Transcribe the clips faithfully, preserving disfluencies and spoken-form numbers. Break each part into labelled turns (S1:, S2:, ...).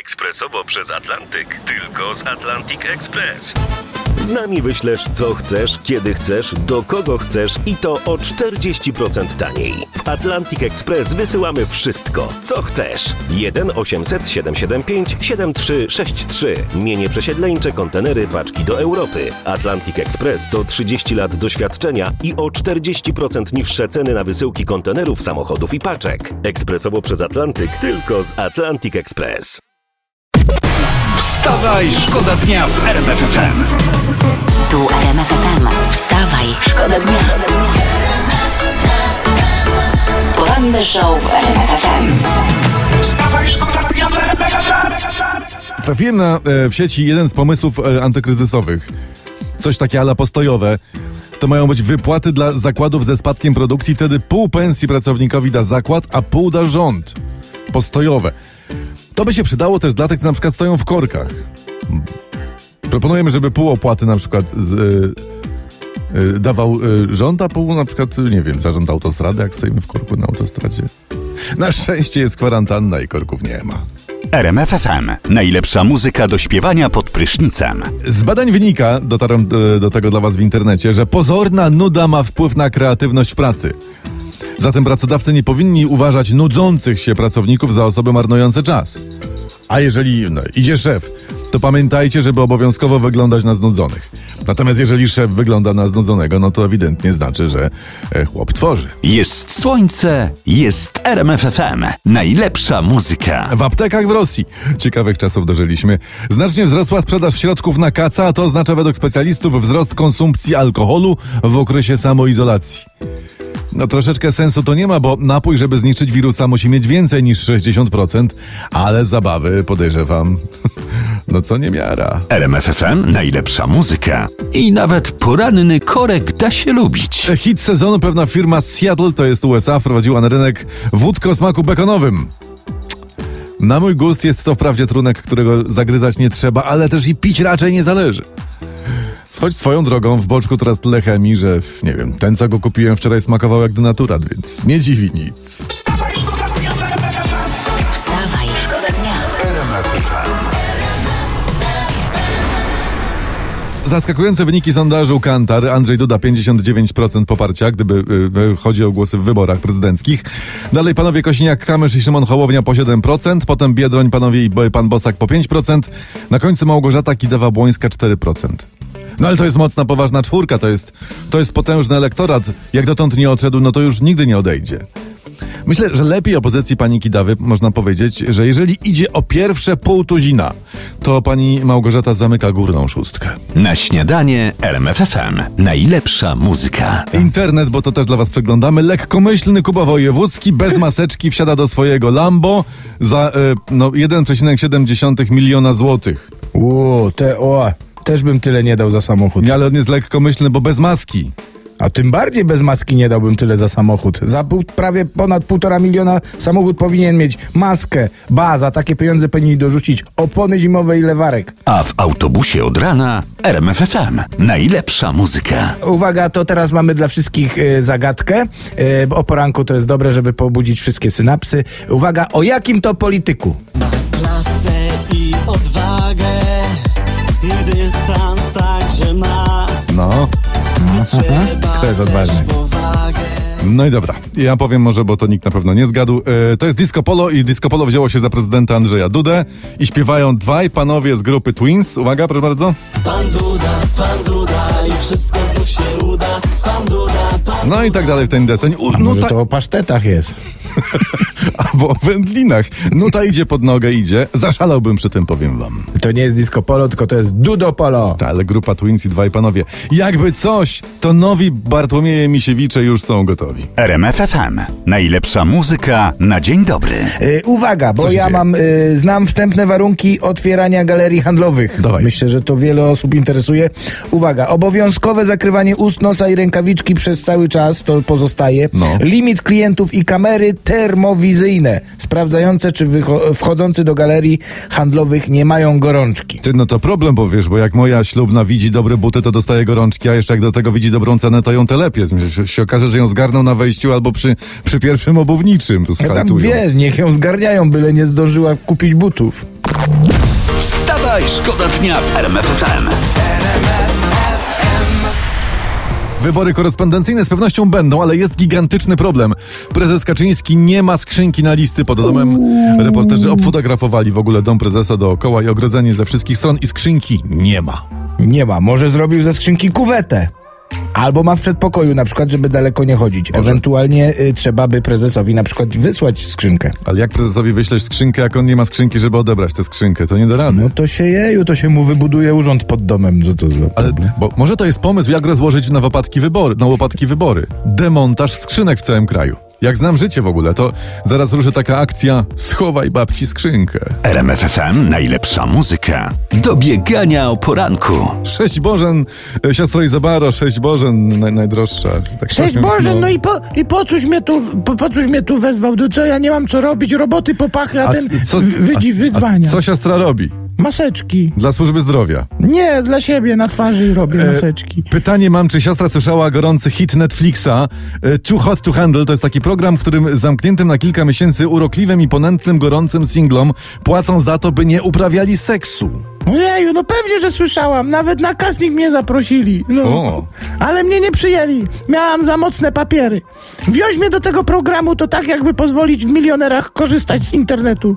S1: Ekspresowo przez Atlantyk. Tylko z Atlantic Express. Z nami wyślesz co chcesz, kiedy chcesz, do kogo chcesz i to o czterdzieści procent taniej. W Atlantic Express wysyłamy wszystko, co chcesz. jeden osiemset siedemset siedemdziesiąt pięć siedemdziesiąt trzy sześćdziesiąt trzy. Mienie przesiedleńcze, kontenery, paczki do Europy. Atlantic Express to trzydzieści lat doświadczenia i o czterdzieści procent niższe ceny na wysyłki kontenerów, samochodów i paczek. Ekspresowo przez Atlantyk, tylko z Atlantic Express.
S2: Wstawaj, szkoda dnia w R M F F M.
S3: Tu R M F F M. Wstawaj, szkoda dnia. Poranny show w R M F F M.
S2: Wstawaj, szkoda dnia w R M F F M.
S4: Trafiłem na, e, w sieci jeden z pomysłów e, antykryzysowych. Coś takie ala postojowe. To mają być wypłaty dla zakładów ze spadkiem produkcji. Wtedy pół pensji pracownikowi da zakład, a pół da rząd. Postojowe. To by się przydało też dla tych, co na przykład stoją w korkach. Proponujemy, żeby pół opłaty na przykład z, y, y, dawał y, rząd, a pół na przykład, nie wiem, zarząd autostrady, jak stoimy w korku na autostradzie. Na szczęście jest kwarantanna i korków nie ma.
S2: R M F F M. Najlepsza muzyka do śpiewania pod prysznicem.
S4: Z badań wynika, dotarłem do, do tego dla was w internecie, że pozorna nuda ma wpływ na kreatywność w pracy. Zatem pracodawcy nie powinni uważać nudzących się pracowników za osoby marnujące czas. A jeżeli no, idzie szef, to pamiętajcie, żeby obowiązkowo wyglądać na znudzonych. Natomiast jeżeli szef wygląda na znudzonego, no to ewidentnie znaczy, że e, chłop tworzy.
S2: Jest słońce, jest R M F F M. Najlepsza muzyka.
S4: W aptekach w Rosji ciekawych czasów dożyliśmy. Znacznie wzrosła sprzedaż środków na kaca, a to oznacza według specjalistów wzrost konsumpcji alkoholu w okresie samoizolacji. No troszeczkę sensu to nie ma, bo napój, żeby zniszczyć wirusa, musi mieć więcej niż sześćdziesiąt procent, ale zabawy, podejrzewam, no co niemiara.
S2: R M F F M. Najlepsza muzyka. I nawet poranny korek da się lubić.
S4: Hit sezonu pewna firma z Seattle, to jest U S A, wprowadziła na rynek wódkę o smaku bekonowym. Na mój gust jest to wprawdzie trunek, którego zagryzać nie trzeba, ale też i pić raczej nie zależy. Choć swoją drogą w boczku teraz tyle chemii, że nie wiem, ten co go kupiłem wczoraj smakował jak denaturat, więc nie dziwi nic.
S2: Wstawaj, szkoda dnia w R M F F M.
S3: Wstawaj, szkoda dnia.
S2: R M F F M.
S4: Zaskakujące wyniki sondażu Kantar. Andrzej Duda pięćdziesiąt dziewięć procent poparcia, gdyby y, chodzi o głosy w wyborach prezydenckich. Dalej panowie Kosiniak-Kamysz i Szymon Hołownia po siedem procent, potem Biedroń, panowie i pan Bosak po pięć procent, na końcu Małgorzata Kidawa-Błońska cztery procent. No ale to jest mocna, poważna czwórka, to jest, to jest potężny elektorat. Jak dotąd nie odszedł, no to już nigdy nie odejdzie. Myślę, że lepiej opozycji pani Kidawy można powiedzieć, że jeżeli idzie o pierwsze pół tuzina, to pani Małgorzata zamyka górną szóstkę.
S2: Na śniadanie R M F F M. Najlepsza muzyka.
S4: Internet, bo to też dla was przeglądamy. Lekkomyślny Kuba Wojewódzki bez maseczki wsiada do swojego Lambo za y, no, jeden przecinek siedem miliona złotych.
S5: Ło, te o, też bym tyle nie dał za samochód.
S4: Nie, ale on jest lekkomyślny, bo bez maski.
S5: A tym bardziej bez maski nie dałbym tyle za samochód. Za pół, prawie ponad półtora miliona samochód powinien mieć maskę, ba, za takie pieniądze powinni dorzucić opony zimowe i lewarek.
S2: A w autobusie od rana R M F F M. Najlepsza muzyka.
S5: Uwaga, to teraz mamy dla wszystkich y, zagadkę. Y, o poranku to jest dobre, żeby pobudzić wszystkie synapsy. Uwaga, o jakim to polityku?
S6: Klasę i odwagę i dystans także ma.
S4: No.
S5: Kto jest odważny?
S4: No i dobra, ja powiem może, bo to nikt na pewno nie zgadł. E, to jest Disco Polo i Disco Polo wzięło się za prezydenta Andrzeja Dudę i śpiewają dwaj panowie z grupy Twins. Uwaga, proszę bardzo.
S6: Pan Duda, pan Duda i wszystko znów się uda. Pan Duda, pan
S4: No i tak dalej w ten deseń. U,
S5: A
S4: no
S5: może
S4: ta...
S5: to o pasztetach jest?
S4: Albo o wędlinach. Nuta idzie pod nogę, idzie. Zaszalałbym przy tym, powiem wam.
S5: To nie jest Disco Polo, tylko to jest Dudo Polo.
S4: Ta, ale grupa Twins i dwaj panowie. Jakby coś, to nowi Bartłomieje Misiewicze już są gotowi.
S2: R M F F M. Najlepsza muzyka na dzień dobry.
S5: Yy, uwaga, bo
S4: Co się
S5: ja
S4: dzieje?
S5: mam, yy, znam wstępne warunki otwierania galerii handlowych.
S4: Dawaj.
S5: Myślę, że to wiele osób interesuje. Uwaga, obowiązkowe zakrywanie ust, nosa i rękawic rękawiczki przez cały czas, to pozostaje.
S4: No.
S5: Limit klientów i kamery termowizyjne, sprawdzające, czy wycho- wchodzący do galerii handlowych nie mają gorączki.
S4: Ty, no to problem, bo wiesz, bo jak moja ślubna widzi dobre buty, to dostaje gorączki, a jeszcze jak do tego widzi dobrą cenę, to ją telepie. Się, się okaże, że ją zgarną na wejściu albo przy, przy pierwszym obuwniczym.
S5: Ja tam
S4: Schaltują.
S5: wie, niech ją zgarniają, byle nie zdążyła kupić butów.
S2: Wstawaj, szkoda dnia w R M F F M.
S4: Wybory korespondencyjne z pewnością będą, ale jest gigantyczny problem. Prezes Kaczyński nie ma skrzynki na listy pod domem. Reporterzy obfotografowali w ogóle dom prezesa dookoła i ogrodzenie ze wszystkich stron i skrzynki nie ma.
S5: Nie ma, może zrobił ze skrzynki kuwetę. Albo ma w przedpokoju, na przykład, żeby daleko nie chodzić.
S4: Może.
S5: Ewentualnie y, trzeba by prezesowi na przykład wysłać skrzynkę.
S4: Ale jak prezesowi wyślesz skrzynkę, jak on nie ma skrzynki, żeby odebrać tę skrzynkę? To nie da rady.
S5: No to się jeju, to się mu wybuduje urząd pod domem. Co to za
S4: Ale,
S5: problem?
S4: bo może to jest pomysł, jak rozłożyć na łopatki wybory, na łopatki wybory. Demontaż skrzynek w całym kraju. Jak znam życie w ogóle, to zaraz ruszy taka akcja schowaj babci skrzynkę.
S2: R M F F M, najlepsza muzyka do biegania o poranku.
S4: Sześć Bożen, e, siostro Izabaro, sześć Bożen, naj, najdroższa. Tak
S7: Cześć
S4: właśnie,
S7: Boże, no, i, po, i po cóż mnie tu, po, po cóż mnie tu wezwał? Do co, ja nie mam co robić, roboty popachy, a,
S4: A
S7: ten
S4: c- co-
S7: wydzi,
S4: a-
S7: wydzwania.
S4: a Co siostra robi?
S7: Maseczki.
S4: Dla służby zdrowia.
S7: Nie, dla siebie na twarzy robię
S4: E,
S7: maseczki.
S4: Pytanie mam, czy siostra słyszała gorący hit Netflixa e, Too Hot to Handle? To jest taki program, w którym zamkniętym na kilka miesięcy urokliwym i ponętnym gorącym singlom płacą za to, by nie uprawiali seksu.
S7: Ojeju, no pewnie, że słyszałam. Nawet na casting mnie zaprosili. No.
S4: O.
S7: Ale mnie nie przyjęli. Miałam za mocne papiery. Wziąć mnie do tego programu to tak, jakby pozwolić w milionerach korzystać z internetu.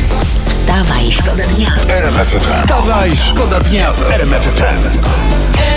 S3: Wstawaj, szkoda dnia.
S2: Wstawaj, szkoda dnia w R M F F M.